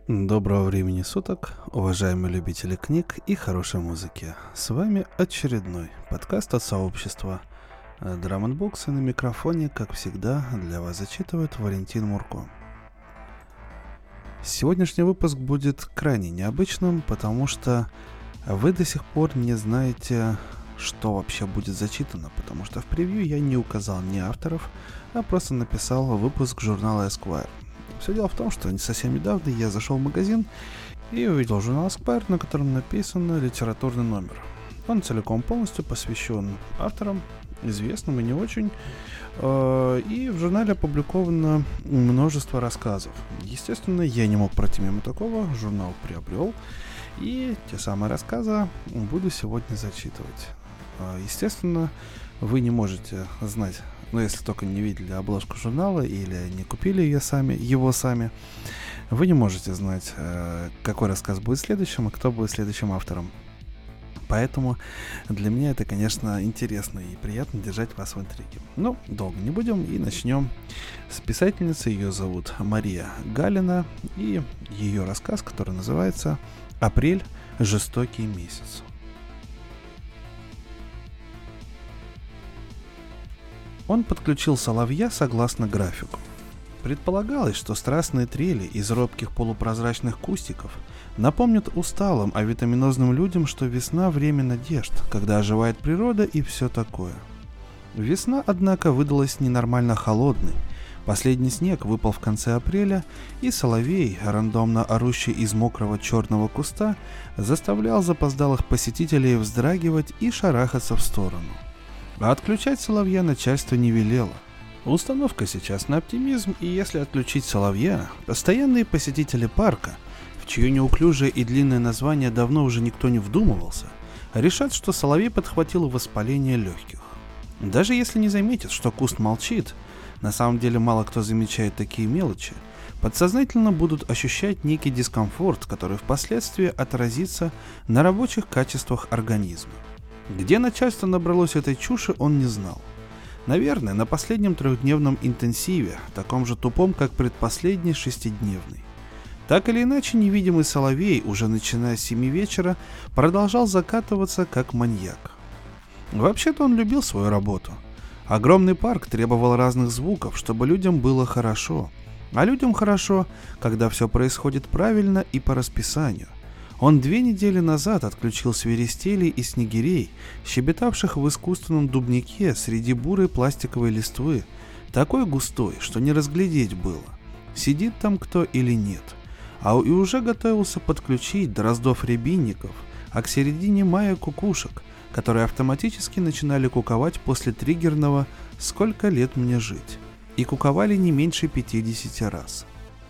Доброго времени суток, уважаемые любители книг и хорошей музыки. С вами очередной подкаст от сообщества Drum & Books, и на микрофоне, как всегда, для вас зачитывает Валентин Мурко. Сегодняшний выпуск будет крайне необычным, потому что вы до сих пор не знаете, что вообще будет зачитано, потому что в превью я не указал ни авторов, а просто написал выпуск журнала Esquire. Все дело в том, что не совсем недавно я зашел в магазин и увидел журнал Esquire, на котором написан литературный номер. Он целиком полностью посвящен авторам, известным и не очень. И в журнале опубликовано множество рассказов. Естественно, я не мог пройти мимо такого, журнал приобрел. И те самые рассказы буду сегодня зачитывать. Естественно, вы не можете знать, если только не видели обложку журнала или не купили его сами, вы не можете знать, какой рассказ будет следующим и кто будет следующим автором. Поэтому для меня это, конечно, интересно и приятно держать вас в интриге. Но долго не будем и начнем с писательницы. Ее зовут Мария Галина, и ее рассказ, который называется «Апрель. Жестокий месяц». Он подключил соловья согласно графику. Предполагалось, что страстные трели из робких полупрозрачных кустиков напомнят усталым, а витаминозным людям, что весна – время надежд, когда оживает природа и все такое. Весна, однако, выдалась ненормально холодной. Последний снег выпал в конце апреля, и соловей, рандомно орущий из мокрого черного куста, заставлял запоздалых посетителей вздрагивать и шарахаться в сторону. А отключать соловья начальство не велело. Установка сейчас на оптимизм, и если отключить соловья, постоянные посетители парка, в чье неуклюжее и длинное название давно уже никто не вдумывался, решат, что соловей подхватил воспаление легких. Даже если не заметят, что куст молчит, на самом деле мало кто замечает такие мелочи, подсознательно будут ощущать некий дискомфорт, который впоследствии отразится на рабочих качествах организма. Где начальство набралось этой чуши, он не знал. Наверное, на последнем 3-дневном интенсиве, таком же тупом, как предпоследний 6-дневный. Так или иначе, невидимый соловей, уже начиная с 7 вечера, продолжал закатываться как маньяк. Вообще-то он любил свою работу. Огромный парк требовал разных звуков, чтобы людям было хорошо. А людям хорошо, когда все происходит правильно и по расписанию. Он 2 недели назад отключил свиристелей и снегирей, щебетавших в искусственном дубнике среди бурой пластиковой листвы, такой густой, что не разглядеть было, сидит там кто или нет, и уже готовился подключить дроздов рябинников, а к середине мая кукушек, которые автоматически начинали куковать после триггерного «Сколько лет мне жить?» и куковали не меньше 50 раз.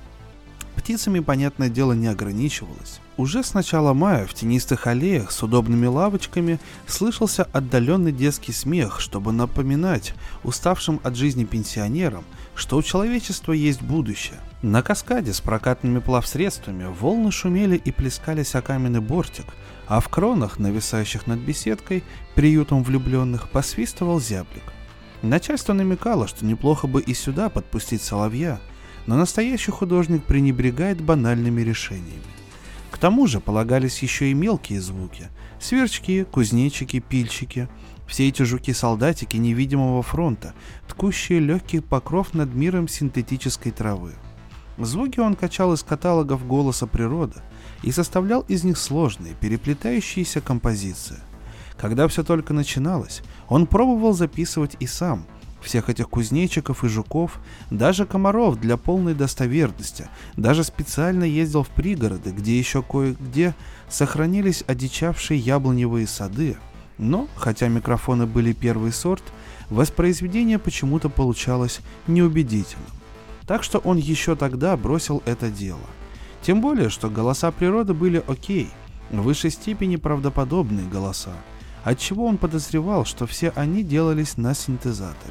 Птицами, понятное дело, не ограничивалось. Уже с начала мая в тенистых аллеях с удобными лавочками слышался отдаленный детский смех, чтобы напоминать уставшим от жизни пенсионерам, что у человечества есть будущее. На каскаде с прокатными плавсредствами волны шумели и плескались о каменный бортик, а в кронах, нависающих над беседкой, приютом влюбленных, посвистывал зяблик. Начальство намекало, что неплохо бы и сюда подпустить соловья, но настоящий художник пренебрегает банальными решениями. К тому же полагались еще и мелкие звуки – сверчки, кузнечики, пильщики. Все эти жуки-солдатики невидимого фронта, ткущие легкий покров над миром синтетической травы. Звуки он качал из каталогов «Голоса природы» и составлял из них сложные, переплетающиеся композиции. Когда все только начиналось, он пробовал записывать и сам – всех этих кузнечиков и жуков, даже комаров для полной достоверности, даже специально ездил в пригороды, где еще кое-где сохранились одичавшие яблоневые сады. Но, хотя микрофоны были первый сорт, воспроизведение почему-то получалось неубедительным. Так что он еще тогда бросил это дело. Тем более, что голоса природы были окей, в высшей степени правдоподобные голоса, отчего он подозревал, что все они делались на синтезаторе.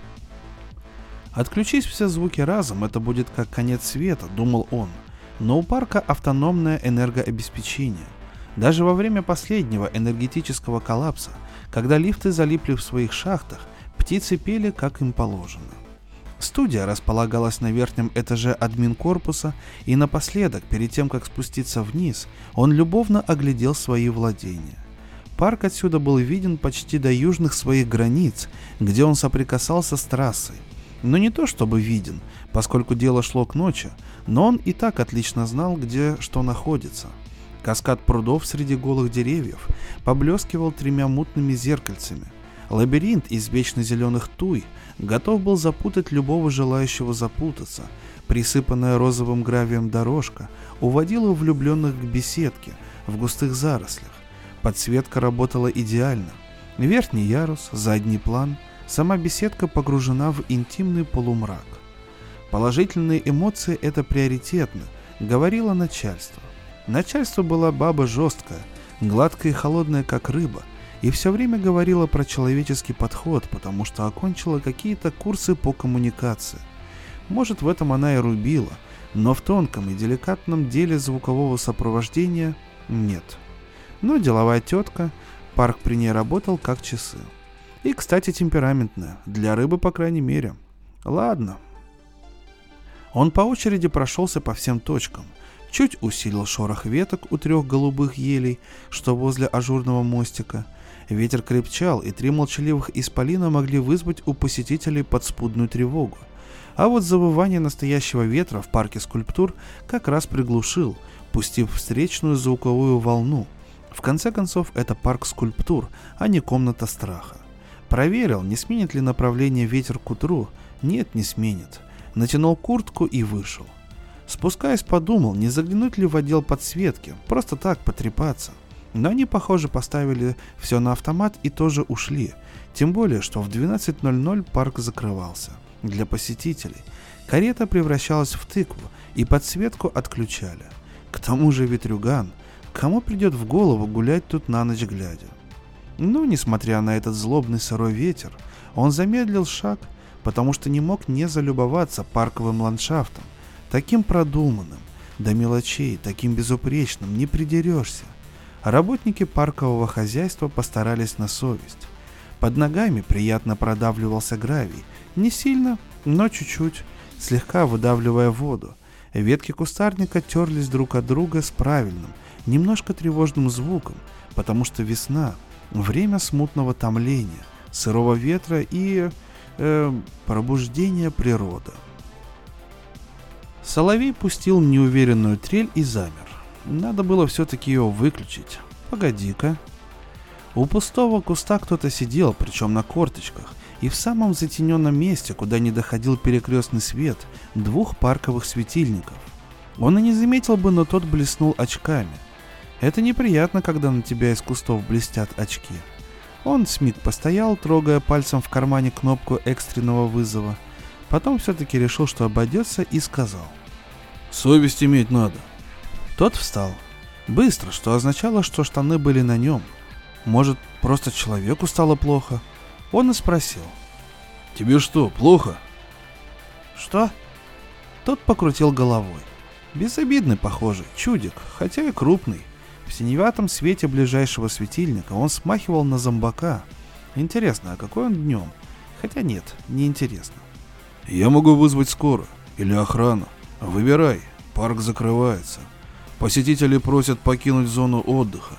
Отключить все звуки разом, это будет как конец света, думал он, но у парка автономное энергообеспечение. Даже во время последнего энергетического коллапса, когда лифты залипли в своих шахтах, птицы пели, как им положено. Студия располагалась на верхнем этаже админкорпуса, и напоследок, перед тем, как спуститься вниз, он любовно оглядел свои владения. Парк отсюда был виден почти до южных своих границ, где он соприкасался с трассой. Но не то чтобы виден, поскольку дело шло к ночи, но он и так отлично знал, где что находится. Каскад прудов среди голых деревьев поблескивал 3 мутными зеркальцами. Лабиринт из вечно зеленых туй готов был запутать любого желающего запутаться. Присыпанная розовым гравием дорожка уводила влюбленных к беседке в густых зарослях. Подсветка работала идеально. Верхний ярус, задний план, сама беседка погружена в интимный полумрак. Положительные эмоции — это приоритетно, говорило начальство. Начальство была баба жесткая, гладкая и холодная, как рыба, и все время говорила про человеческий подход, потому что окончила какие-то курсы по коммуникации. Может, в этом она и рубила, но в тонком и деликатном деле звукового сопровождения нет. Но деловая тетка, Парк при ней работал как часы. И, кстати, темпераментная, для рыбы, по крайней мере. Ладно. Он по очереди прошелся по всем точкам, чуть усилил шорох веток у 3 голубых елей, что возле ажурного мостика. Ветер крепчал, и 3 молчаливых исполина могли вызвать у посетителей подспудную тревогу. А вот завывание настоящего ветра в парке скульптур как раз приглушил, пустив встречную звуковую волну. В конце концов, это парк скульптур, а не комната страха. Проверил, не сменит ли направление ветер к утру. Нет, не сменит. Натянул куртку и вышел. Спускаясь, подумал, не заглянуть ли в отдел подсветки, просто так потрепаться. Но они, похоже, поставили все на автомат и тоже ушли. Тем более, что в 12:00 парк закрывался. Для посетителей. Карета превращалась в тыкву, и подсветку отключали. К тому же ветрюган. Кому придет в голову гулять тут на ночь глядя? Но, несмотря на этот злобный сырой ветер, он замедлил шаг, потому что не мог не залюбоваться парковым ландшафтом. Таким продуманным, до мелочей, таким безупречным, не придерешься. Работники паркового хозяйства постарались на совесть. Под ногами приятно продавливался гравий, не сильно, но чуть-чуть, слегка выдавливая воду. Ветки кустарника терлись друг от друга с правильным, немножко тревожным звуком, потому что весна, время смутного томления, сырого ветра и пробуждения природы. Соловей пустил неуверенную трель и замер. Надо было все-таки ее выключить. Погоди-ка. У пустого куста кто-то сидел, причем на корточках, и в самом затененном месте, куда не доходил перекрестный свет 2 парковых светильников. Он и не заметил бы, но тот блеснул очками. Это неприятно, когда на тебя из кустов блестят очки. Он смиг постоял, трогая пальцем в кармане кнопку экстренного вызова. Потом все-таки решил, что обойдется, и сказал: «Совесть иметь надо». Тот встал. Быстро, что означало, что штаны были на нем. Может, просто человеку стало плохо? Он и спросил: «Тебе что, плохо?» «Что?» Тот покрутил головой. Безобидный, похоже, чудик, хотя и крупный. В синеватом свете ближайшего светильника он смахивал на зомбака. Интересно, а какой он днем? Хотя нет, не интересно. «Я могу вызвать скорую или охрану. Выбирай, парк закрывается. Посетители просят покинуть зону отдыха».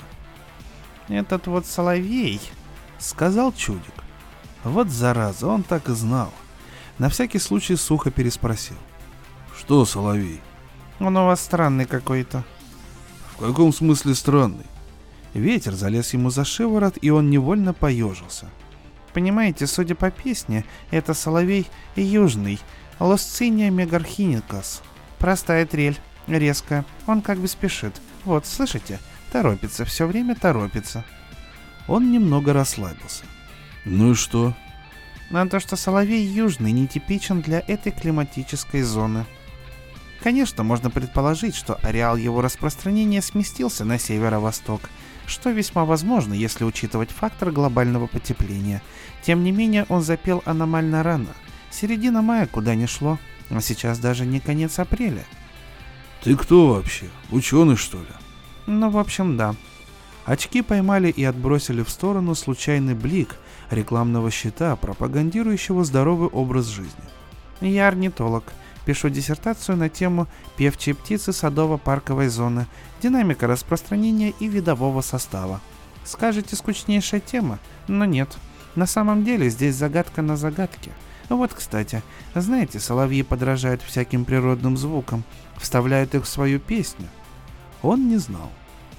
«Этот вот Соловей», — сказал чудик. Вот зараза, он так и знал. На всякий случай сухо переспросил: «Что, Соловей?» «Он у вас странный какой-то». «В каком смысле странный?» Ветер залез ему за шиворот, и он невольно поежился. «Понимаете, судя по песне, это Соловей южный, Лосциния мегархиникас. Простая трель, резкая, он как бы спешит. Вот, слышите, торопится, все время торопится». Он немного расслабился. «Ну и что?» «На то, что Соловей южный нетипичен для этой климатической зоны. Конечно, можно предположить, что ареал его распространения сместился на северо-восток, что весьма возможно, если учитывать фактор глобального потепления. Тем не менее, он запел аномально рано. Середина мая куда ни шло, а сейчас даже не конец апреля». «Ты кто вообще? Ученый, что ли?» «Ну, в общем, да». Очки поймали и отбросили в сторону случайный блик рекламного щита, пропагандирующего здоровый образ жизни. Я орнитолог. Пишу диссертацию на тему «Певчие птицы садово-парковой зоны. Динамика распространения и видового состава». Скажете, скучнейшая тема? Но нет. На самом деле здесь загадка на загадке. Вот, кстати, знаете, соловьи подражают всяким природным звукам, вставляют их в свою песню. Он не знал.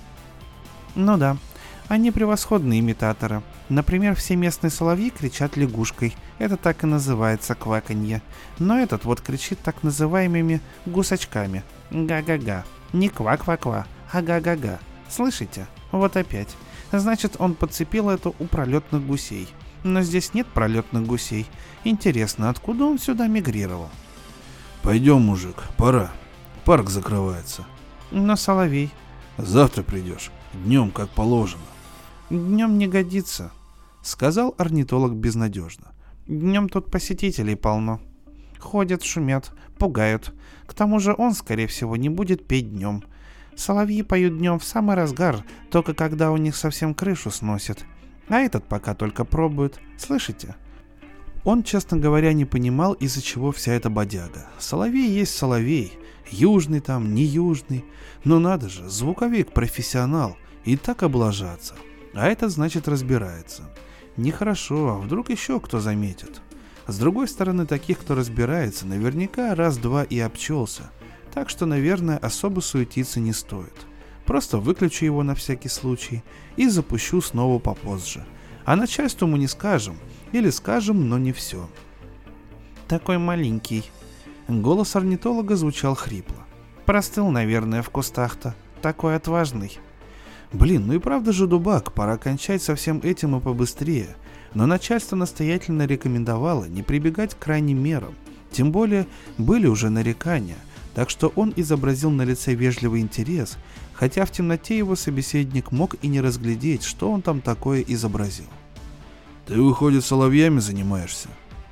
Ну да, они превосходные имитаторы. Например, все местные соловьи кричат лягушкой. Это так и называется кваканье. Но этот вот кричит так называемыми гусачками. Га-га-га. Не ква-ква-ква, а га-га-га. Слышите? Вот опять. Значит, он подцепил это у пролетных гусей. Но здесь нет пролетных гусей. Интересно, откуда он сюда мигрировал? Пойдем, мужик, пора. Парк закрывается. Но соловей. Завтра придешь. Днем, как положено. Днем не годится, сказал орнитолог безнадежно. Днем тут посетителей полно. Ходят, шумят, пугают. К тому же он, скорее всего, не будет петь днем. Соловьи поют днем в самый разгар, только когда у них совсем крышу сносит. А этот пока только пробует. Слышите? Он, честно говоря, не понимал, из-за чего вся эта бодяга. Соловей есть соловей. Южный там, не южный. Но надо же, звуковик, профессионал. И так облажаться. А это значит разбирается. Нехорошо, а вдруг еще кто заметит. С другой стороны, таких, кто разбирается, наверняка раз-два и обчелся. Так что, наверное, особо суетиться не стоит. Просто выключу его на всякий случай и запущу снова попозже. А начальству мы не скажем, или скажем, но не все. Такой маленький. Голос орнитолога звучал хрипло. Простыл, наверное, в кустах-то. Такой отважный. Блин, ну и правда же дубак, пора кончать со всем этим и побыстрее. Но начальство настоятельно рекомендовало не прибегать к крайним мерам. Тем более, были уже нарекания. Так что он изобразил на лице вежливый интерес, хотя в темноте его собеседник мог и не разглядеть, что он там такое изобразил. «Ты, выходит, соловьями занимаешься?»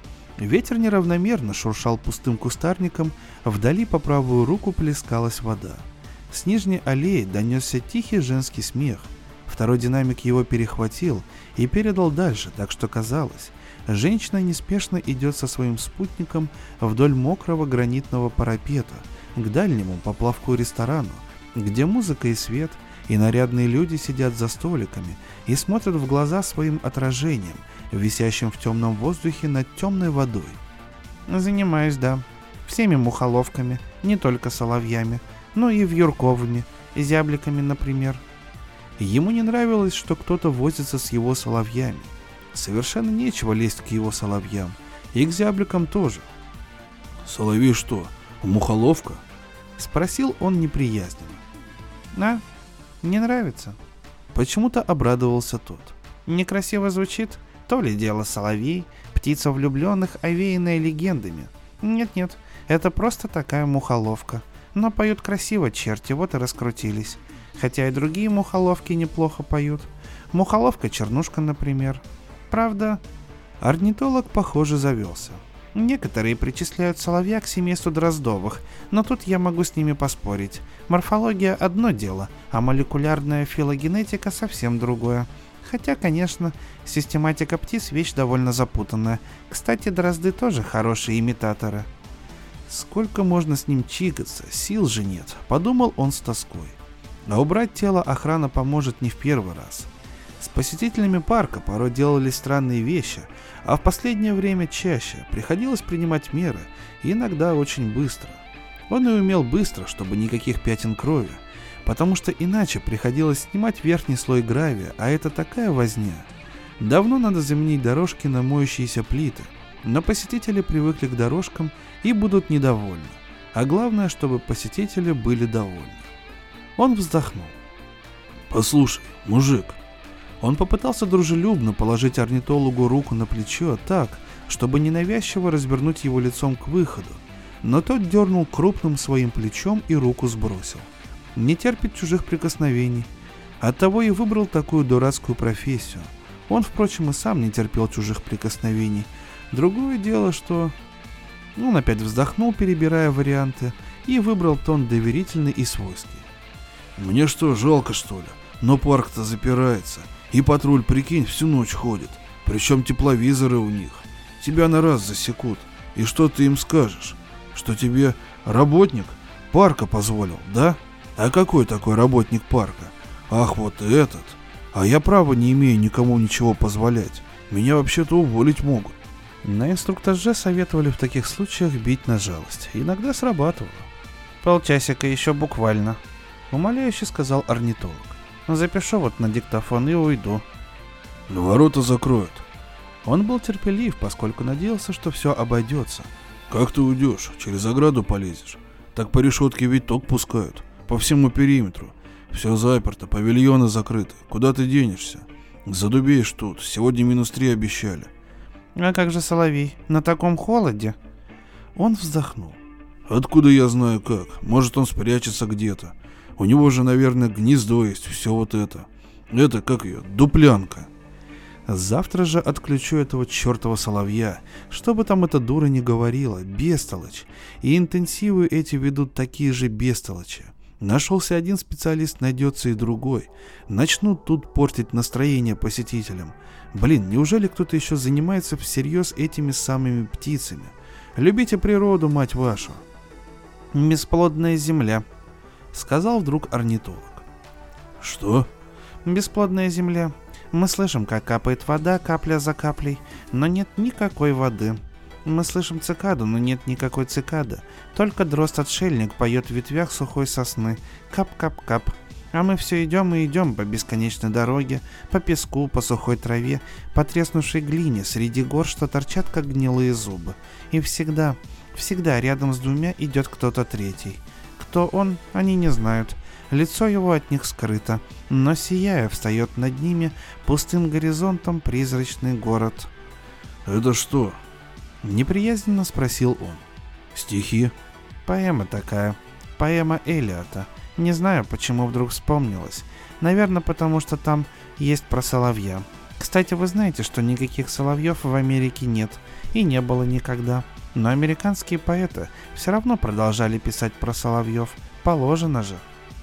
Ветер неравномерно шуршал пустым кустарником, вдали по правую руку плескалась вода. С нижней аллеи донесся тихий женский смех. Второй динамик его перехватил и передал дальше, так что казалось, женщина неспешно идет со своим спутником вдоль мокрого гранитного парапета к дальнему поплавку ресторану, где музыка и свет, и нарядные люди сидят за столиками и смотрят в глаза своим отражением, висящим в темном воздухе над темной водой. Занимаюсь, да, всеми мухоловками, не только соловьями, но и вьюрковыми, зябликами, например. Ему не нравилось, что кто-то возится с его соловьями. Совершенно нечего лезть к его соловьям, и к зябликам тоже. «Соловей что, мухоловка?» — спросил он неприязненно. «А, не нравится?» Почему-то обрадовался тот. «Некрасиво звучит? То ли дело соловей, птица влюбленных, овеянная легендами. Нет-нет, это просто такая мухоловка. Но поют красиво черти, вот и раскрутились. Хотя и другие мухоловки неплохо поют. Мухоловка-чернушка, например. Правда, орнитолог, похоже, завелся. Некоторые причисляют соловья к семейству Дроздовых, но тут я могу с ними поспорить. Морфология – одно дело, а молекулярная филогенетика – совсем другое. Хотя, конечно, систематика птиц – вещь довольно запутанная. Кстати, дрозды тоже хорошие имитаторы. Сколько можно с ним чикаться, сил же нет, подумал он с тоской. А убрать тело охрана поможет не в первый раз. С посетителями парка порой делались странные вещи, а в последнее время чаще приходилось принимать меры, и иногда очень быстро. Он и умел быстро, чтобы никаких пятен крови, потому что иначе приходилось снимать верхний слой гравия, а это такая возня. Давно надо заменить дорожки на моющиеся плиты, но посетители привыкли к дорожкам и будут недовольны. А главное, чтобы посетители были довольны. Он вздохнул. «Послушай, мужик». Он попытался дружелюбно положить орнитологу руку на плечо так, чтобы ненавязчиво развернуть его лицом к выходу, но тот дернул крупным своим плечом и руку сбросил. Не терпит чужих прикосновений. Оттого и выбрал такую дурацкую профессию. Он, впрочем, и сам не терпел чужих прикосновений. Другое дело, что... Он опять вздохнул, перебирая варианты, и выбрал тон доверительный и свойский. «Мне что, жалко, что ли? Но парк-то запирается. И патруль, прикинь, всю ночь ходит. Причем тепловизоры у них. Тебя на раз засекут. И что ты им скажешь? Что тебе работник парка позволил, да? А какой такой работник парка? Ах, вот этот. А я права не имею никому ничего позволять. Меня вообще-то уволить могут. На инструктаже советовали в таких случаях бить на жалость. Иногда срабатывало. «Полчасика еще буквально», — умоляюще сказал орнитолог. «Запишу вот на диктофон и уйду». Ворота закроют. Он был терпелив, поскольку надеялся, что все обойдется. Как ты уйдешь? Через ограду полезешь? Так по решетке ведь ток пускают. По всему периметру. Все заперто, павильоны закрыты. Куда ты денешься? Задубеешь тут. Сегодня -3 обещали. «А как же соловей? На таком холоде?» Он вздохнул. Откуда я знаю как? Может, он спрячется где-то. У него же, наверное, гнездо есть, все вот это. Это, как ее, дуплянка. Завтра же отключу этого чертова соловья, что бы там эта дура ни говорила, бестолочь. И интенсивы эти ведут такие же бестолочи. Нашелся один специалист, найдется и другой. Начнут тут портить настроение посетителям. Блин, неужели кто-то еще занимается всерьез этими самыми птицами? Любите природу, мать вашу. «Бесплодная земля», — сказал вдруг орнитолог. Что? «Бесплодная земля. Мы слышим, как капает вода капля за каплей, но нет никакой воды. Мы слышим цикаду, но нет никакой цикады. Только дрозд-отшельник поет в ветвях сухой сосны. Кап-кап-кап. А мы все идем и идем по бесконечной дороге, по песку, по сухой траве, по треснувшей глине, среди гор, что торчат, как гнилые зубы. И всегда, всегда рядом с двумя идет кто-то третий. Кто он, они не знают. Лицо его от них скрыто, но сияя встает над ними пустым горизонтом призрачный город». «Это что?» — неприязненно спросил он. «Стихи?» «Поэма такая. Поэма Элиота. Не знаю, почему вдруг вспомнилось. Наверное, потому что там есть про соловья. Кстати, вы знаете, что никаких соловьев в Америке нет и не было никогда. Но американские поэты все равно продолжали писать про соловьев. Положено же».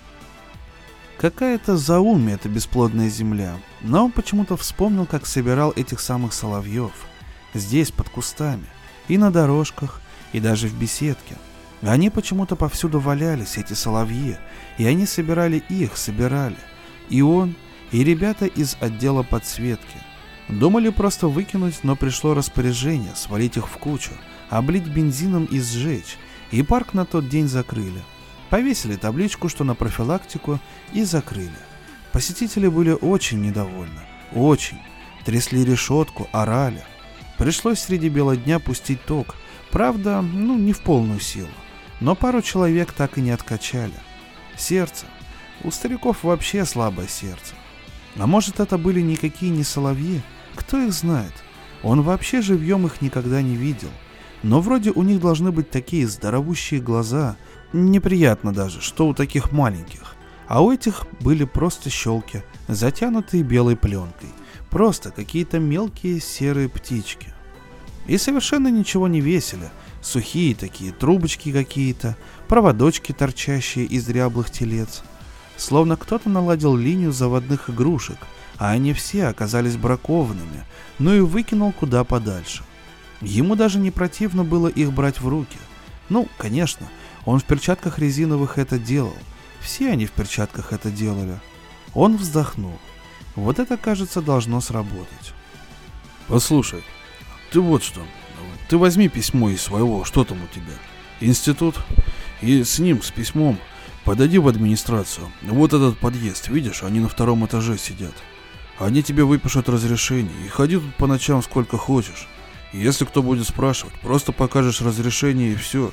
Какая-то заумие эта бесплодная земля. Но он почему-то вспомнил, как собирал этих самых соловьев. Здесь, под кустами, и на дорожках, и даже в беседке. Они почему-то повсюду валялись, эти соловьи, и они собирали их, собирали. И он, и ребята из отдела подсветки. Думали просто выкинуть, но пришло распоряжение свалить их в кучу, облить бензином и сжечь, и парк на тот день закрыли. Повесили табличку, что на профилактику, и закрыли. Посетители были очень недовольны, очень. Трясли решетку, орали. Пришлось среди бела дня пустить ток. Правда, не в полную силу. Но пару человек так и не откачали. Сердце. У стариков вообще слабое сердце. А может, это были никакие не соловьи? Кто их знает? Он вообще живьем их никогда не видел. Но вроде у них должны быть такие здоровущие глаза. Неприятно даже, что у таких маленьких. А у этих были просто щелки, затянутые белой пленкой. Просто какие-то мелкие серые птички. И совершенно ничего не весили. Сухие такие, трубочки какие-то, проводочки, торчащие из дряблых телец. Словно кто-то наладил линию заводных игрушек, а они все оказались бракованными, и выкинул куда подальше. Ему даже не противно было их брать в руки. Конечно, он в перчатках резиновых это делал. Все они в перчатках это делали. Он вздохнул. Вот это, кажется, должно сработать. «Послушай, ты вот что. Ты возьми письмо из своего, что там у тебя? Институт? И с ним, с письмом, подойди в администрацию. Вот этот подъезд, видишь, они на 2-м этаже сидят. Они тебе выпишут разрешение и ходи тут по ночам сколько хочешь. И если кто будет спрашивать, просто покажешь разрешение и все».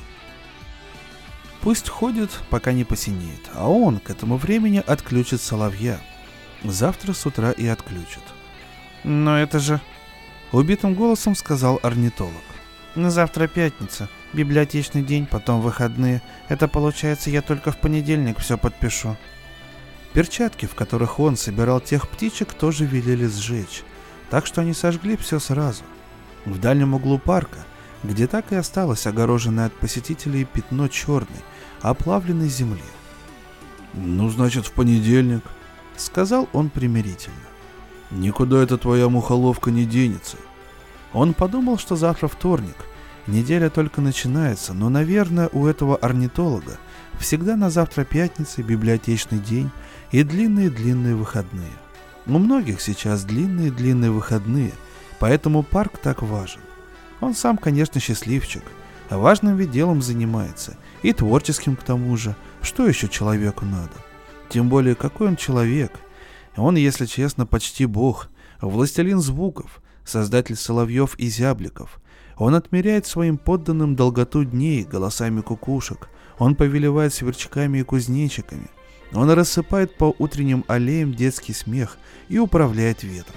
Пусть ходит, пока не посинеет, а он к этому времени отключит соловья. Завтра с утра и отключит. «Но это же...» — убитым голосом сказал орнитолог. «Завтра пятница, библиотечный день, потом выходные. Это получается, я только в понедельник все подпишу». Перчатки, в которых он собирал тех птичек, тоже велели сжечь, так что они сожгли все сразу. В дальнем углу парка, где так и осталось огороженное от посетителей пятно черной, оплавленной земли. «Значит, в понедельник», — сказал он примирительно. «Никуда эта твоя мухоловка не денется». Он подумал, что завтра вторник, Неделя только начинается, но, наверное, у этого орнитолога всегда на завтра пятница, библиотечный день и длинные-длинные выходные. У многих сейчас длинные-длинные выходные, поэтому парк так важен. Он сам, конечно, счастливчик, а важным ведь делом занимается, и творческим к тому же. Что еще человеку надо? Тем более, какой он человек? Он, если честно, почти бог, властелин звуков, создатель соловьев и зябликов. Он отмеряет своим подданным долготу дней голосами кукушек. Он повелевает сверчками и кузнечиками. Он рассыпает по утренним аллеям детский смех и управляет ветром.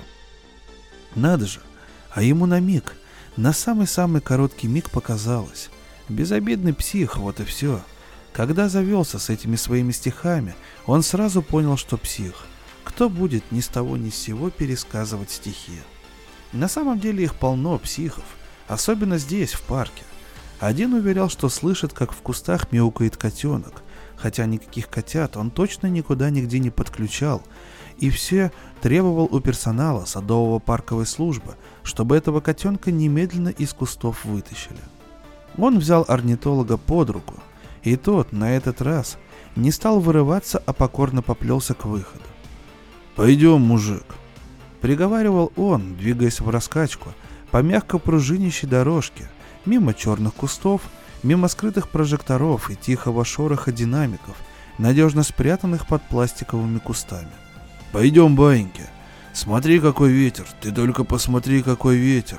Надо же, а ему на миг, на самый-самый короткий миг показалось. Безобидный псих, вот и все. Когда завелся с этими своими стихами, он сразу понял, что псих. Кто будет ни с того ни с сего пересказывать стихи? На самом деле их полно, психов. Особенно здесь, в парке. Один уверял, что слышит, как в кустах мяукает котенок, хотя никаких котят он точно никуда нигде не подключал, и все требовал у персонала садового парковой службы, чтобы этого котенка немедленно из кустов вытащили. Он взял орнитолога под руку, и тот на этот раз не стал вырываться, а покорно поплелся к выходу. «Пойдем, мужик», — приговаривал он, двигаясь в раскачку по мягко пружинящей дорожке, мимо черных кустов, мимо скрытых прожекторов и тихого шороха динамиков, надежно спрятанных под пластиковыми кустами. «Пойдем, баиньки. Смотри, какой ветер. Ты только посмотри, какой ветер».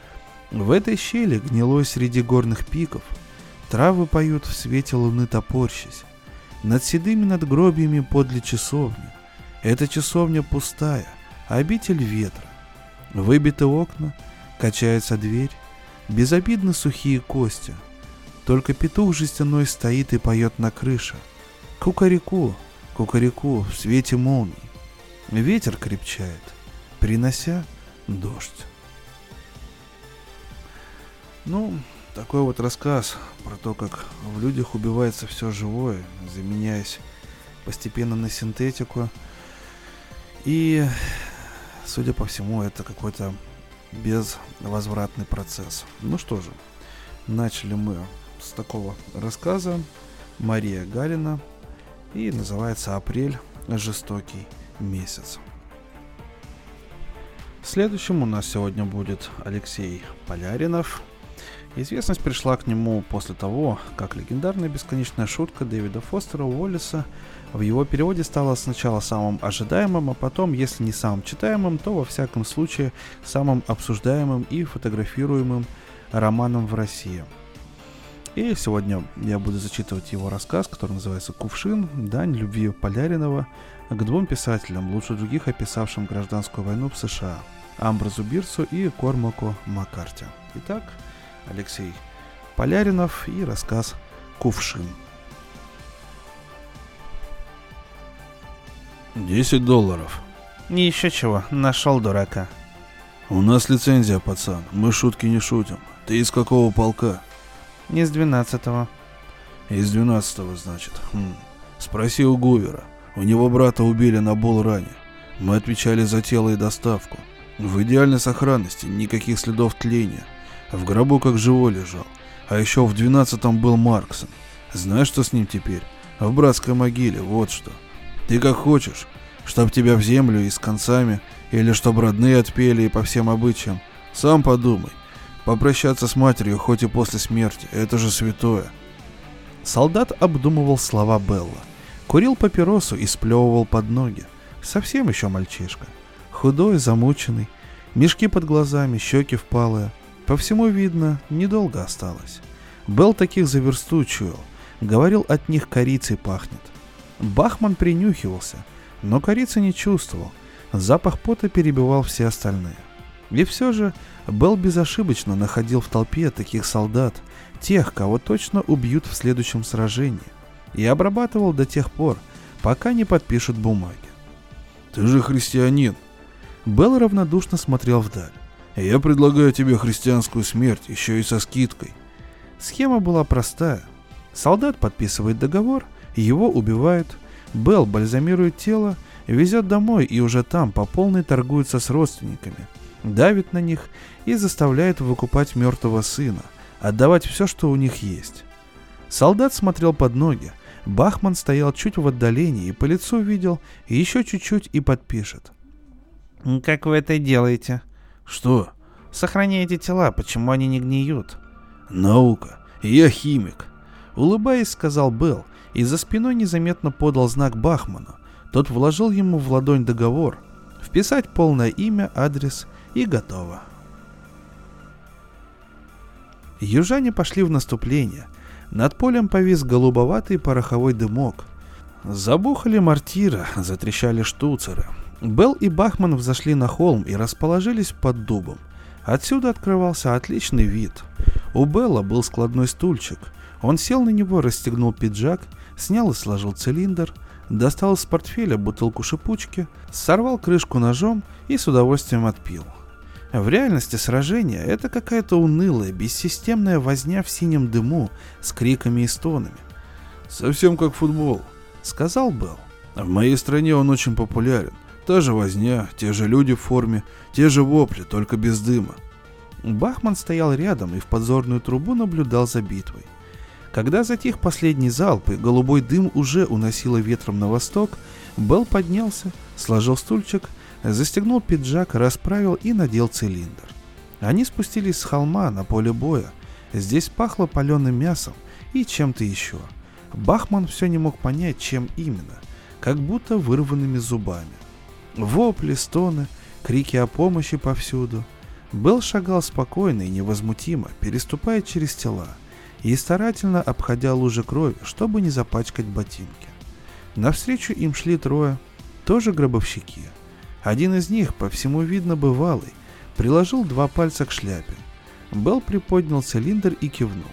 В этой щели, гнилой среди горных пиков, травы поют в свете луны, топорщись. Над седыми надгробиями подле часовни. Эта часовня пустая, обитель ветра. Выбиты окна, качается дверь, безобидно сухие кости. Только петух жестяной стоит и поет на крыше. Кукареку, кукареку в свете молний. Ветер крепчает, принося дождь. Такой вот рассказ про то, как в людях убивается все живое, заменяясь постепенно на синтетику. И, судя по всему, это какой-то безвозвратный процесс. Ну что же, начали мы с такого рассказа. Мария Галина. И называется «Апрель. Жестокий месяц». Следующим у нас сегодня будет Алексей Поляринов. Известность пришла к нему после того, как легендарная бесконечная шутка Дэвида Фостера Уоллеса в его переводе стала сначала самым ожидаемым, а потом, если не самым читаемым, то во всяком случае самым обсуждаемым и фотографируемым романом в России. И сегодня я буду зачитывать его рассказ, который называется «Кувшин. Дань любви Поляринова к двум писателям, лучше других описавшим гражданскую войну в США, Амброзу Бирсу и Кормаку Маккарти». Итак, Алексей Поляринов и рассказ «Кувшин». $10. Не еще чего, нашел дурака. У нас лицензия, пацан, мы шутки не шутим. Ты из какого полка? Из 12-го. Из 12-го, значит. Спроси у Гувера. У него брата убили на Булл-ране. Мы отвечали за тело и доставку. В идеальной сохранности, никаких следов тления. В гробу как живой лежал. А еще в 12-м был Марксон. Знаешь, что с ним теперь? В братской могиле, вот что. Ты как хочешь, чтоб тебя в землю и с концами, или чтоб родные отпели и по всем обычаям. Сам подумай. Попрощаться с матерью хоть и после смерти, это же святое. Солдат обдумывал слова Белла. Курил папиросу и сплевывал под ноги. Совсем еще мальчишка. Худой, замученный, мешки под глазами, щеки впалые. По всему видно, недолго осталось. Белл таких за версту чуял. Говорил, от них корицей пахнет. Бахман принюхивался, но корицы не чувствовал. Запах пота перебивал все остальные. И все же Белл безошибочно находил в толпе таких солдат, тех, кого точно убьют в следующем сражении, и обрабатывал до тех пор, пока не подпишут бумаги. «Ты же христианин!» Белл равнодушно смотрел вдаль. «Я предлагаю тебе христианскую смерть, еще и со скидкой». Схема была простая. Солдат подписывает договор, его убивают, Белл бальзамирует тело, везет домой и уже там по полной торгуется с родственниками, давит на них и заставляет выкупать мертвого сына, отдавать все, что у них есть. Солдат смотрел под ноги. Бахман стоял чуть в отдалении и по лицу видел, еще чуть-чуть и подпишет. «Как вы это делаете?» «Что?» «Сохраняете тела, почему они не гниют?» «Наука. Я химик», — улыбаясь, сказал Белл, и за спиной незаметно подал знак Бахману. Тот вложил ему в ладонь договор. Вписать полное имя, адрес и готово. Южане пошли в наступление. Над полем повис голубоватый пороховой дымок. Забухали мортиры, затрещали штуцеры. Белл и Бахман взошли на холм и расположились под дубом. Отсюда открывался отличный вид. У Белла был складной стульчик. Он сел на него, расстегнул пиджак, снял и сложил цилиндр, достал из портфеля бутылку шипучки, сорвал крышку ножом и с удовольствием отпил. В реальности сражения это какая-то унылая, бессистемная возня в синем дыму с криками и стонами. «Совсем как футбол», — сказал Белл. «В моей стране он очень популярен. Та же возня, те же люди в форме, те же вопли, только без дыма». Бахман стоял рядом и в подзорную трубу наблюдал за битвой. Когда затих последний залп и голубой дым уже уносило ветром на восток, Белл поднялся, сложил стульчик, застегнул пиджак, расправил и надел цилиндр. Они спустились с холма на поле боя. Здесь пахло паленым мясом и чем-то еще. Бахман все не мог понять, чем именно, как будто вырванными зубами. Вопли, стоны, крики о помощи повсюду. Белл шагал спокойно и невозмутимо, переступая через тела, и старательно обходя лужи крови, чтобы не запачкать ботинки. Навстречу им шли трое, тоже гробовщики. Один из них, по всему видно бывалый, приложил 2 пальца к шляпе. Белл приподнял цилиндр и кивнул.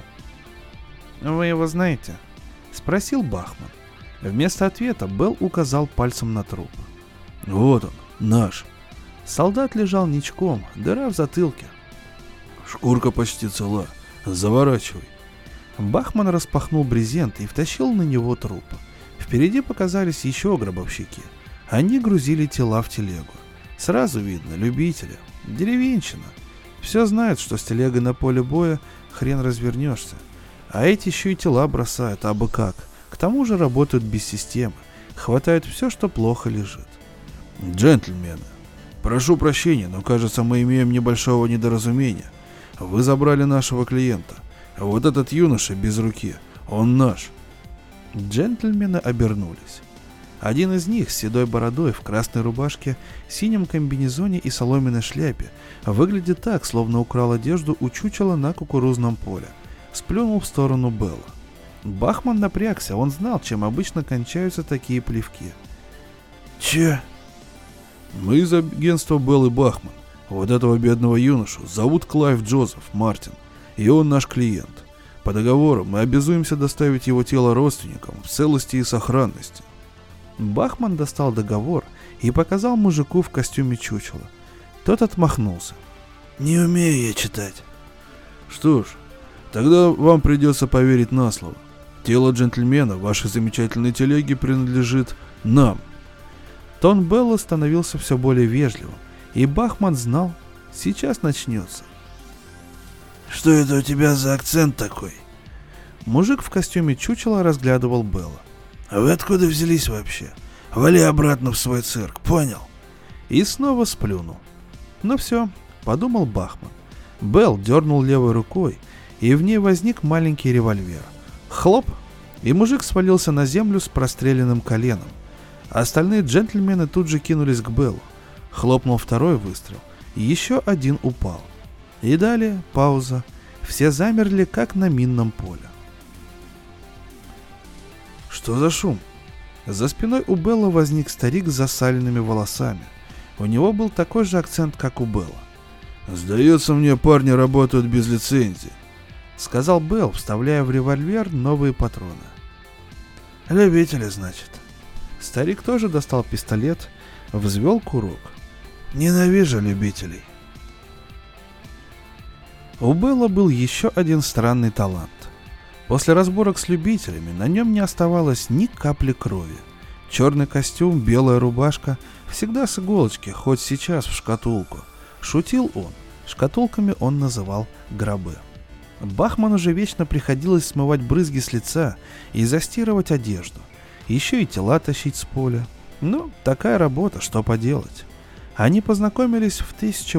«Вы его знаете?» — спросил Бахман. Вместо ответа Белл указал пальцем на труп. «Вот он, наш». Солдат лежал ничком, дыра в затылке. «Шкурка почти цела. Заворачивай». Бахман распахнул брезент и втащил на него труп. Впереди показались еще гробовщики. Они грузили тела в телегу. Сразу видно, любители. Деревенщина. Все знают, что с телегой на поле боя хрен развернешься. А эти еще и тела бросают, абы как. К тому же работают без системы. Хватают все, что плохо лежит. «Джентльмены, прошу прощения, но кажется, мы имеем небольшого недоразумения. Вы забрали нашего клиента. Вот этот юноша без руки, он наш». Джентльмены обернулись. Один из них с седой бородой в красной рубашке, синем комбинезоне и соломенной шляпе выглядит так, словно украл одежду у чучела на кукурузном поле. Сплюнул в сторону Белла. Бахман напрягся, он знал, чем обычно кончаются такие плевки. «Че?» «Мы из агентства Белл и Бахман. Вот этого бедного юношу зовут Клайв Джозеф Мартин, и он наш клиент. По договору мы обязуемся доставить его тело родственникам в целости и сохранности». Бахман достал договор и показал мужику в костюме чучела. Тот отмахнулся. «Не умею я читать». «Что ж, тогда вам придется поверить на слово. Тело джентльмена в вашей замечательной телеге принадлежит нам». Тон Белла становился все более вежливым, и Бахман знал, сейчас начнется. «Что это у тебя за акцент такой?» Мужик в костюме чучела разглядывал Белла. «А вы откуда взялись вообще? Вали обратно в свой цирк, понял?» И снова сплюнул. «Ну все», — подумал Бахман. Белл дернул левой рукой, и в ней возник маленький револьвер. Хлоп! И мужик свалился на землю с простреленным коленом. Остальные джентльмены тут же кинулись к Беллу. Хлопнул второй выстрел, и еще один упал. И далее пауза. Все замерли, как на минном поле. «Что за шум?» За спиной у Белла возник старик с засаленными волосами. У него был такой же акцент, как у Белла. «Сдается мне, парни работают без лицензии», — сказал Белл, вставляя в револьвер новые патроны. «Любители, значит». Старик тоже достал пистолет, взвел курок. «Ненавижу любителей». У Белла был еще один странный талант. После разборок с любителями на нем не оставалось ни капли крови. Черный костюм, белая рубашка, всегда с иголочки, хоть сейчас в шкатулку. Шутил он. Шкатулками он называл гробы. Бахману же вечно приходилось смывать брызги с лица и застирывать одежду. Еще и тела тащить с поля. Ну, такая работа, что поделать. Они познакомились в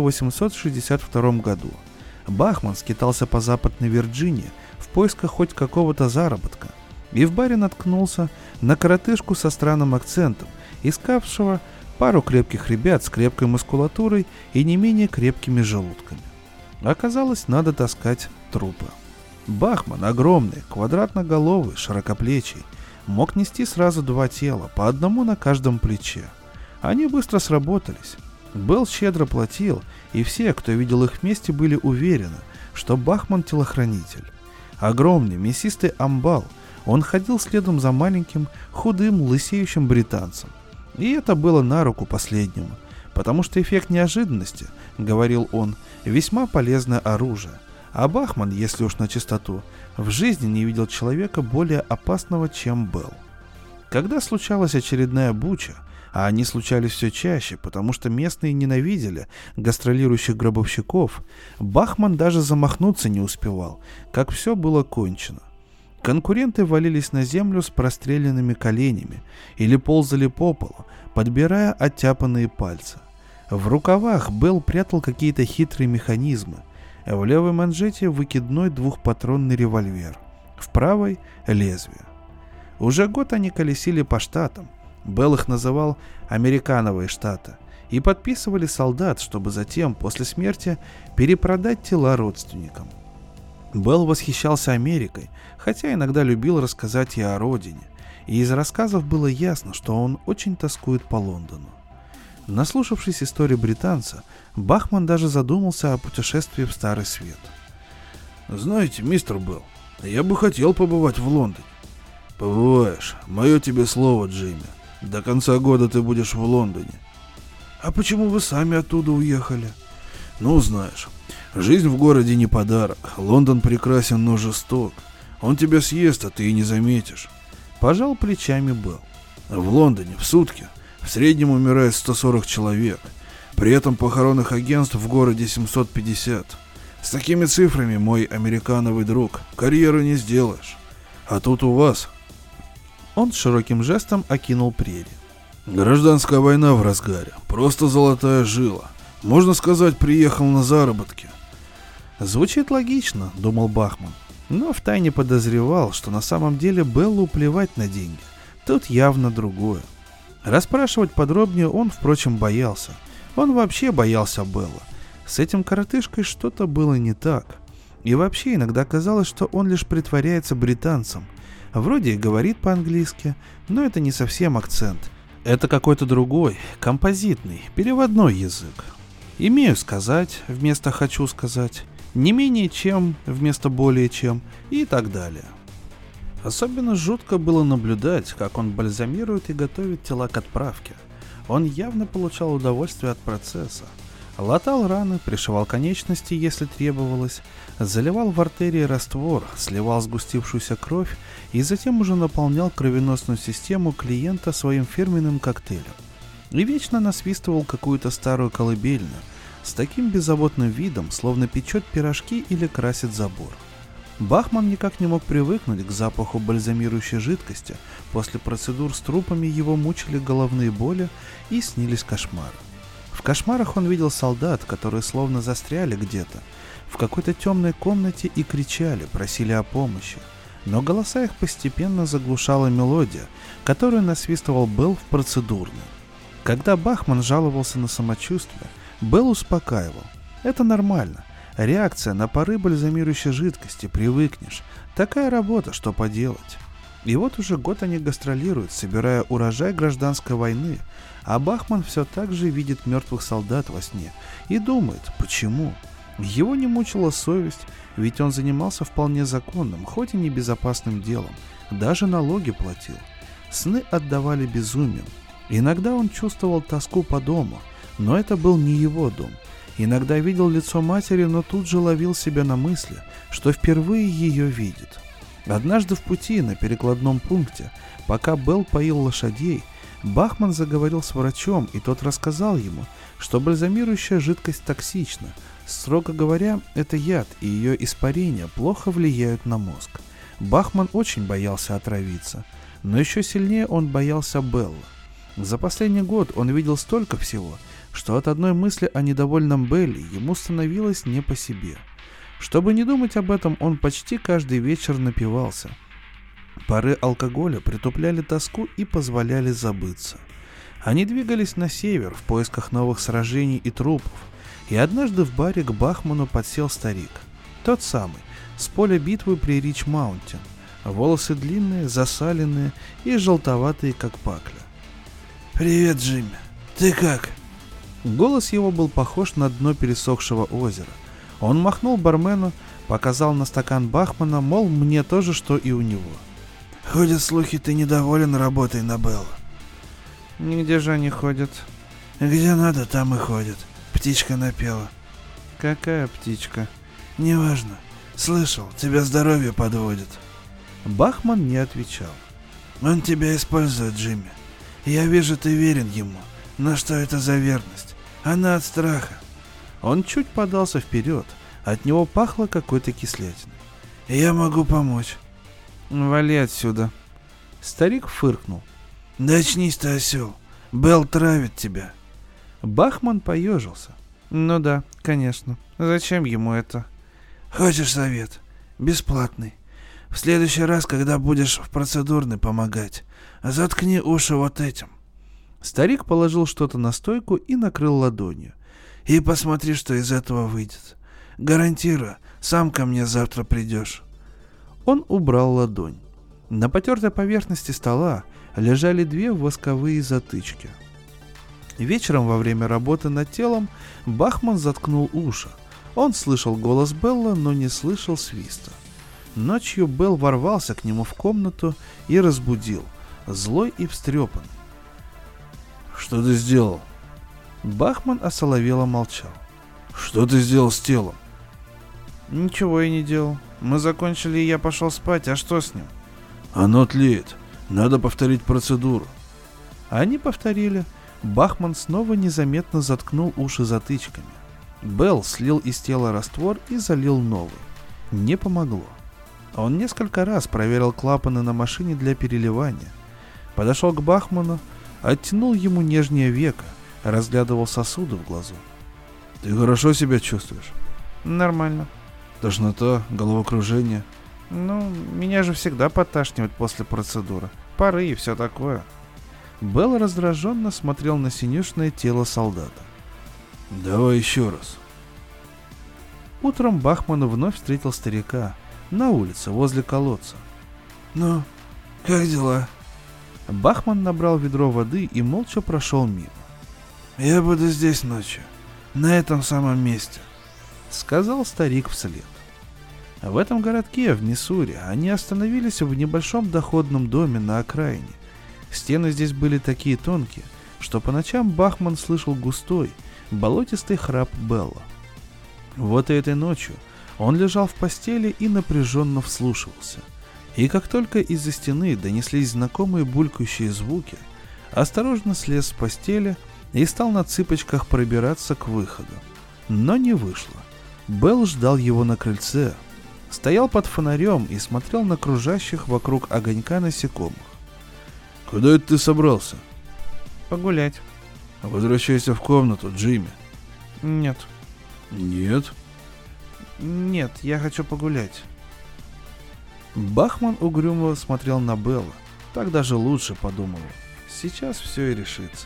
1862 году. Бахман скитался по Западной Вирджинии в поисках хоть какого-то заработка. И в баре наткнулся на коротышку со странным акцентом, искавшего пару крепких ребят с крепкой мускулатурой и не менее крепкими желудками. Оказалось, надо таскать трупы. Бахман, огромный, квадратноголовый, широкоплечий, мог нести сразу 2 тела, по одному на каждом плече. Они быстро сработались. Белл щедро платил, и все, кто видел их вместе, были уверены, что Бахман телохранитель. Огромный, мясистый амбал, он ходил следом за маленьким, худым, лысеющим британцем. И это было на руку последнему, потому что эффект неожиданности, говорил он, весьма полезное оружие. А Бахман, если уж на чистоту, в жизни не видел человека более опасного, чем Белл. Когда случалась очередная буча, а они случались все чаще, потому что местные ненавидели гастролирующих гробовщиков, Бахман даже замахнуться не успевал, как все было кончено. Конкуренты валились на землю с простреленными коленями или ползали по полу, подбирая оттяпанные пальцы. В рукавах Белл прятал какие-то хитрые механизмы. В левой манжете выкидной 2-патронный револьвер, в правой — лезвие. Уже год они колесили по штатам. Белл их называл «Американовые штаты» и подписывали солдат, чтобы затем, после смерти, перепродать тела родственникам. Белл восхищался Америкой, хотя иногда любил рассказать и о родине, и из рассказов было ясно, что он очень тоскует по Лондону. Наслушавшись истории британца, Бахман даже задумался о путешествии в Старый Свет. «Знаете, мистер Белл, я бы хотел побывать в Лондоне». «Побываешь, мое тебе слово, Джимми. До конца года ты будешь в Лондоне». «А почему вы сами оттуда уехали?» «Ну, знаешь, жизнь в городе не подарок. Лондон прекрасен, но жесток. Он тебя съест, а ты и не заметишь». Пожал плечами Белл. «В Лондоне в сутки в среднем умирает 140 человек. При этом похоронных агентств в городе 750. С такими цифрами, мой американовый друг, карьеры не сделаешь. А тут у вас...» Он с широким жестом окинул прерии. «Гражданская война в разгаре. Просто золотая жила. Можно сказать, приехал на заработки». Звучит логично, думал Бахман, но втайне подозревал, что на самом деле Беллу плевать на деньги. Тут явно другое. Расспрашивать подробнее он, впрочем, боялся. Он вообще боялся Белла. С этим коротышкой что-то было не так. И вообще иногда казалось, что он лишь притворяется британцем. Вроде и говорит по-английски, но это не совсем акцент. Это какой-то другой, композитный, переводной язык. «Имею сказать» вместо «хочу сказать», «не менее чем» вместо «более чем» и так далее. Особенно жутко было наблюдать, как он бальзамирует и готовит тела к отправке. Он явно получал удовольствие от процесса. Латал раны, пришивал конечности, если требовалось, заливал в артерии раствор, сливал сгустившуюся кровь и затем уже наполнял кровеносную систему клиента своим фирменным коктейлем. И вечно насвистывал какую-то старую колыбельную, с таким беззаботным видом, словно печет пирожки или красит забор. Бахман никак не мог привыкнуть к запаху бальзамирующей жидкости, после процедур с трупами его мучили головные боли и снились кошмары. В кошмарах он видел солдат, которые словно застряли где-то, в какой-то темной комнате и кричали, просили о помощи. Но голоса их постепенно заглушала мелодия, которую насвистывал Белл в процедурной. Когда Бахман жаловался на самочувствие, Белл успокаивал. Это нормально. Реакция на пары бальзамирующей жидкости, привыкнешь. Такая работа, что поделать. И вот уже год они гастролируют, собирая урожай гражданской войны, а Бахман все так же видит мертвых солдат во сне и думает, почему. Его не мучила совесть, ведь он занимался вполне законным, хоть и небезопасным делом, даже налоги платил. Сны отдавали безумием. Иногда он чувствовал тоску по дому, но это был не его дом. Иногда видел лицо матери, но тут же ловил себя на мысли, что впервые ее видит. Однажды в пути на перекладном пункте, пока Белл поил лошадей, Бахман заговорил с врачом, и тот рассказал ему, что бальзамирующая жидкость токсична, Строго говоря, это яд, и ее испарения плохо влияют на мозг. Бахман очень боялся отравиться, но еще сильнее он боялся Беллы. За последний год он видел столько всего, что от одной мысли о недовольном Белле ему становилось не по себе. Чтобы не думать об этом, он почти каждый вечер напивался. Пары алкоголя притупляли тоску и позволяли забыться. Они двигались на север в поисках новых сражений и трупов, и однажды в баре к Бахману подсел старик. Тот самый, с поля битвы при Рич-Маунтин. Волосы длинные, засаленные и желтоватые, как пакля. «Привет, Джимми. Ты как?» Голос его был похож на дно пересохшего озера. Он махнул бармену, показал на стакан Бахмана, мол, мне то же, что и у него. «Ходят слухи, ты недоволен работой на Беллу». «Нигде же они ходят». «Где надо, там и ходят. Птичка напела». «Какая птичка?» «Неважно. Слышал, тебя здоровье подводит». Бахман не отвечал. «Он тебя использует, Джимми. Я вижу, ты верен ему. Но что это за верность? Она от страха». Он чуть подался вперед. От него пахло какой-то кислятиной. «Я могу помочь». «Вали отсюда». Старик фыркнул. «Да очнись ты, осел. Белл травит тебя». Бахман поежился. «Ну да, конечно. Зачем ему это?» «Хочешь совет? Бесплатный. В следующий раз, когда будешь в процедурной помогать, заткни уши вот этим». Старик положил что-то на стойку и накрыл ладонью. «И посмотри, что из этого выйдет. Гарантирую, сам ко мне завтра придешь». Он убрал ладонь. На потертой поверхности стола лежали 2 восковые затычки. Вечером во время работы над телом Бахман заткнул уши. Он слышал голос Белла, но не слышал свиста. Ночью Белл ворвался к нему в комнату и разбудил, злой и встрепанный. «Что ты сделал?» Бахман осоловело молчал. «Что ты сделал с телом?» «Ничего я не делал. Мы закончили, и я пошел спать. А что с ним?» «Оно тлеет. Надо повторить процедуру». Они повторили. Бахман снова незаметно заткнул уши затычками. Белл слил из тела раствор и залил новый. Не помогло. Он несколько раз проверил клапаны на машине для переливания. Подошел к Бахману, оттянул ему нижнее веко, разглядывал сосуды в глазу. «Ты хорошо себя чувствуешь?» «Нормально». «Тошнота, головокружение?» «Ну, меня же всегда подташнивает после процедуры. Пары и все такое». Белл раздраженно смотрел на синюшное тело солдата. «Давай еще раз». Утром Бахман вновь встретил старика на улице возле колодца. «Ну, как дела?» Бахман набрал ведро воды и молча прошел мимо. «Я буду здесь ночью, на этом самом месте», — сказал старик вслед. В этом городке, в Миссури, они остановились в небольшом доходном доме на окраине. Стены здесь были такие тонкие, что по ночам Бахман слышал густой, болотистый храп Белла. Вот и этой ночью он лежал в постели и напряженно вслушивался. И как только из-за стены донеслись знакомые булькающие звуки, осторожно слез с постели и стал на цыпочках пробираться к выходу. Но не вышло. Белл ждал его на крыльце, стоял под фонарем и смотрел на кружащих вокруг огонька насекомых. «Куда это ты собрался?» «Погулять». «Возвращайся в комнату, Джимми». «Нет». «Нет?» «Нет, я хочу погулять». Бахман угрюмо смотрел на Белла. Так даже лучше, подумал. Сейчас все и решится.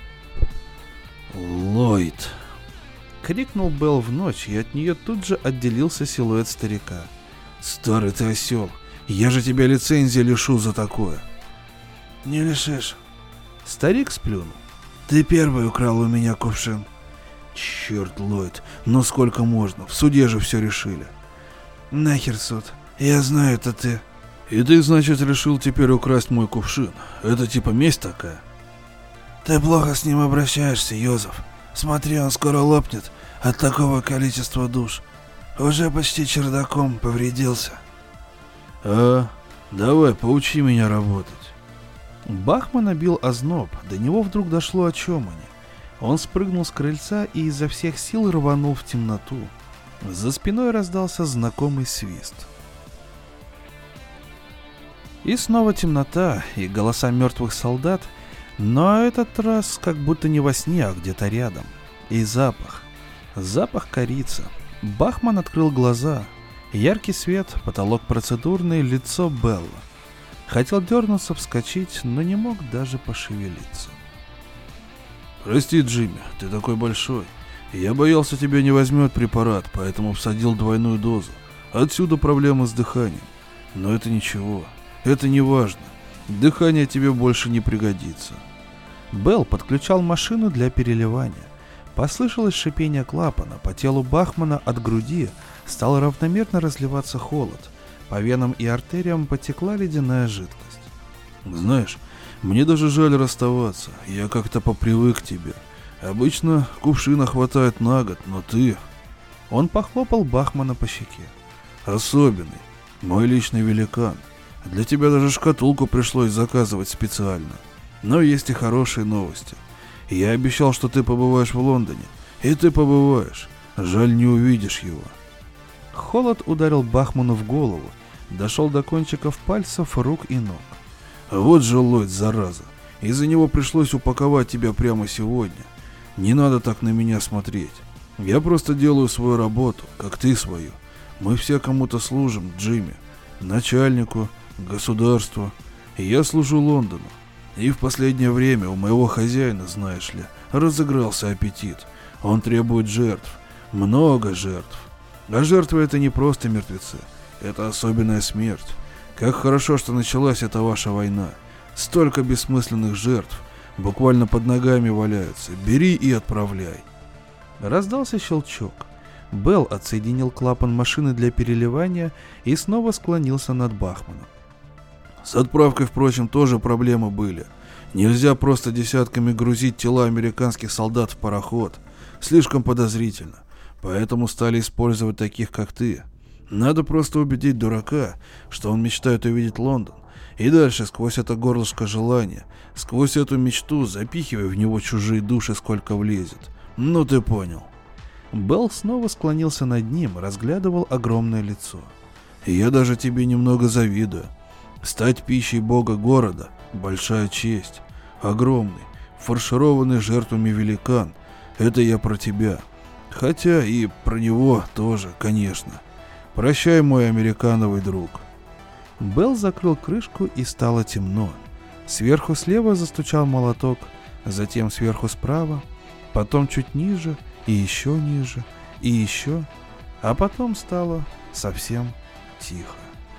«Ллойд!» — крикнул Белл в ночь, и от нее тут же отделился силуэт старика. «Старый ты осел! Я же тебя лицензии лишу за такое!» «Не лишишь!» Старик сплюнул. «Ты первый украл у меня кувшин!» «Черт, Ллойд, ну сколько можно? В суде же все решили!» «Нахер суд! Я знаю, это ты!» «И ты, значит, решил теперь украсть мой кувшин? Это типа месть такая?» «Ты плохо с ним обращаешься, Йозеф. Смотри, он скоро лопнет от такого количества душ. Уже почти чердаком повредился». Давай, поучи меня работать». Бахмана бил озноб, до него вдруг дошло, о чем они. Он спрыгнул с крыльца и изо всех сил рванул в темноту. За спиной раздался знакомый свист. И снова темнота и голоса мертвых солдат, но этот раз как будто не во сне, а где-то рядом. И запах. Запах корицы. Бахман открыл глаза. Яркий свет, потолок процедурный, лицо Белла. Хотел дернуться, вскочить, но не мог даже пошевелиться. «Прости, Джимми, ты такой большой. Я боялся, тебя не возьмет препарат, поэтому всадил двойную дозу. Отсюда проблемы с дыханием. Но это ничего. Это не важно. Дыхание тебе больше не пригодится». Белл подключал машину для переливания. Послышалось шипение клапана. По телу Бахмана от груди стал равномерно разливаться холод. По венам и артериям потекла ледяная жидкость. «Знаешь, мне даже жаль расставаться. Я как-то попривык к тебе. Обычно кувшина хватает на год, но ты...» Он похлопал Бахмана по щеке. «Особенный. Мой личный великан. Для тебя даже шкатулку пришлось заказывать специально. Но есть и хорошие новости. Я обещал, что ты побываешь в Лондоне. И ты побываешь. Жаль, не увидишь его». Холод ударил Бахману в голову. Дошел до кончиков пальцев, рук и ног. «Вот же Ллойд, зараза. Из-за него пришлось упаковать тебя прямо сегодня. Не надо так на меня смотреть. Я просто делаю свою работу, как ты свою. Мы все кому-то служим, Джимми. Начальнику, государству. И я служу Лондону. И в последнее время у моего хозяина, знаешь ли, разыгрался аппетит. Он требует жертв. Много жертв. А жертвы — это не просто мертвецы. Это особенная смерть. Как хорошо, что началась эта ваша война. Столько бессмысленных жертв. Буквально под ногами валяются. Бери и отправляй». Раздался щелчок. Белл отсоединил клапан машины для переливания и снова склонился над Бахманом. «С отправкой, впрочем, тоже проблемы были. Нельзя просто десятками грузить тела американских солдат в пароход. Слишком подозрительно. Поэтому стали использовать таких, как ты. Надо просто убедить дурака, что он мечтает увидеть Лондон. И дальше сквозь это горлышко желания, сквозь эту мечту запихивай в него чужие души, сколько влезет. Ну ты понял». Белл снова склонился над ним, разглядывал огромное лицо. «Я даже тебе немного завидую. Стать пищей бога города — большая честь. Огромный, фаршированный жертвами великан — это я про тебя. Хотя и про него тоже, конечно. Прощай, мой американовый друг». Белл закрыл крышку, и стало темно. Сверху слева застучал молоток, затем сверху справа, потом чуть ниже, и еще ниже, и еще, а потом стало совсем тихо.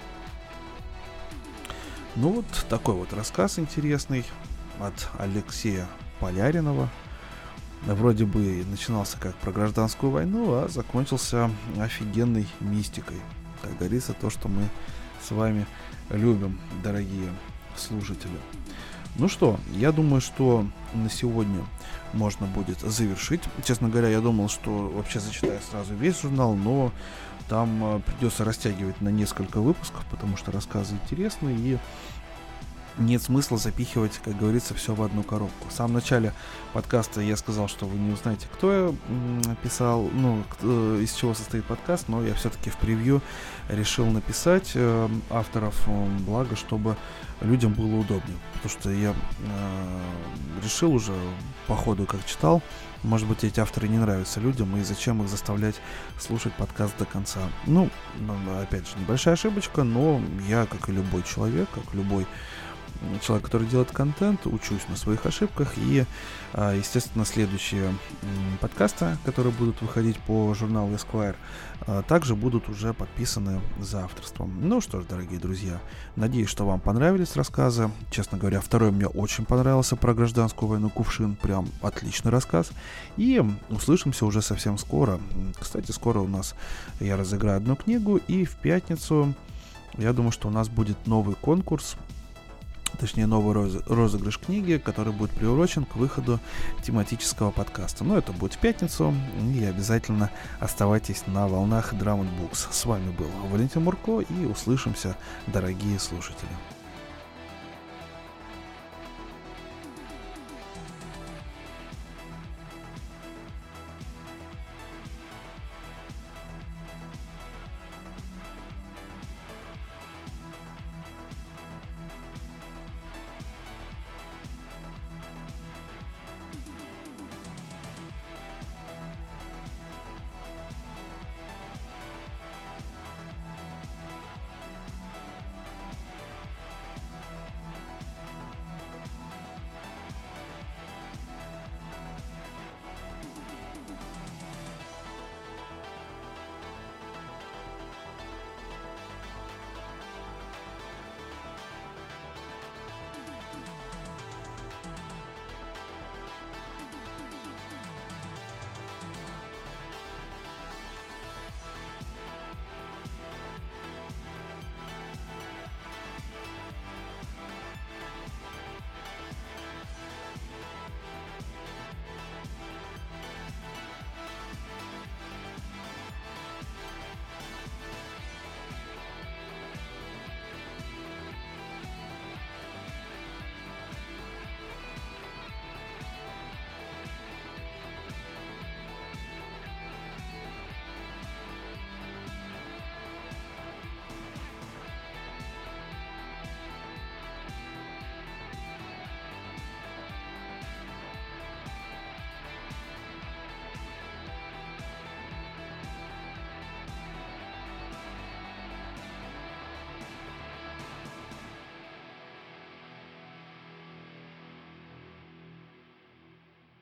Ну вот такой вот рассказ интересный от Алексея Поляринова. Вроде бы начинался как про гражданскую войну, а закончился офигенной мистикой. Как говорится, то, что мы с вами любим, дорогие слушатели. Ну что, я думаю, что на сегодня можно будет завершить. Честно говоря, я думал, что вообще зачитаю сразу весь журнал, но там придется растягивать на несколько выпусков, потому что рассказы интересные и нет смысла запихивать, как говорится, все в одну коробку. В самом начале подкаста я сказал, что вы не узнаете, кто я писал, из чего состоит подкаст, но я все-таки в превью решил написать авторов, благо, чтобы людям было удобнее. Потому что я решил уже по ходу, как читал, может быть, эти авторы не нравятся людям, и зачем их заставлять слушать подкаст до конца. Ну, опять же, небольшая ошибочка, но я, как и любой человек, как любой человек, который делает контент, учусь на своих ошибках, и, естественно, следующие подкасты, которые будут выходить по журналу Esquire, также будут уже подписаны за авторством. Ну что ж, дорогие друзья, надеюсь, что вам понравились рассказы. Честно говоря, второй мне очень понравился, про гражданскую войну «Кувшин». Прям отличный рассказ. И услышимся уже совсем скоро. Кстати, скоро у нас я разыграю одну книгу, и в пятницу, я думаю, что у нас будет новый конкурс, точнее новый розыгрыш книги, который будет приурочен к выходу тематического подкаста. Но это будет в пятницу, и обязательно оставайтесь на волнах Drum & Books. С вами был Валентин Мурко, и услышимся, дорогие слушатели.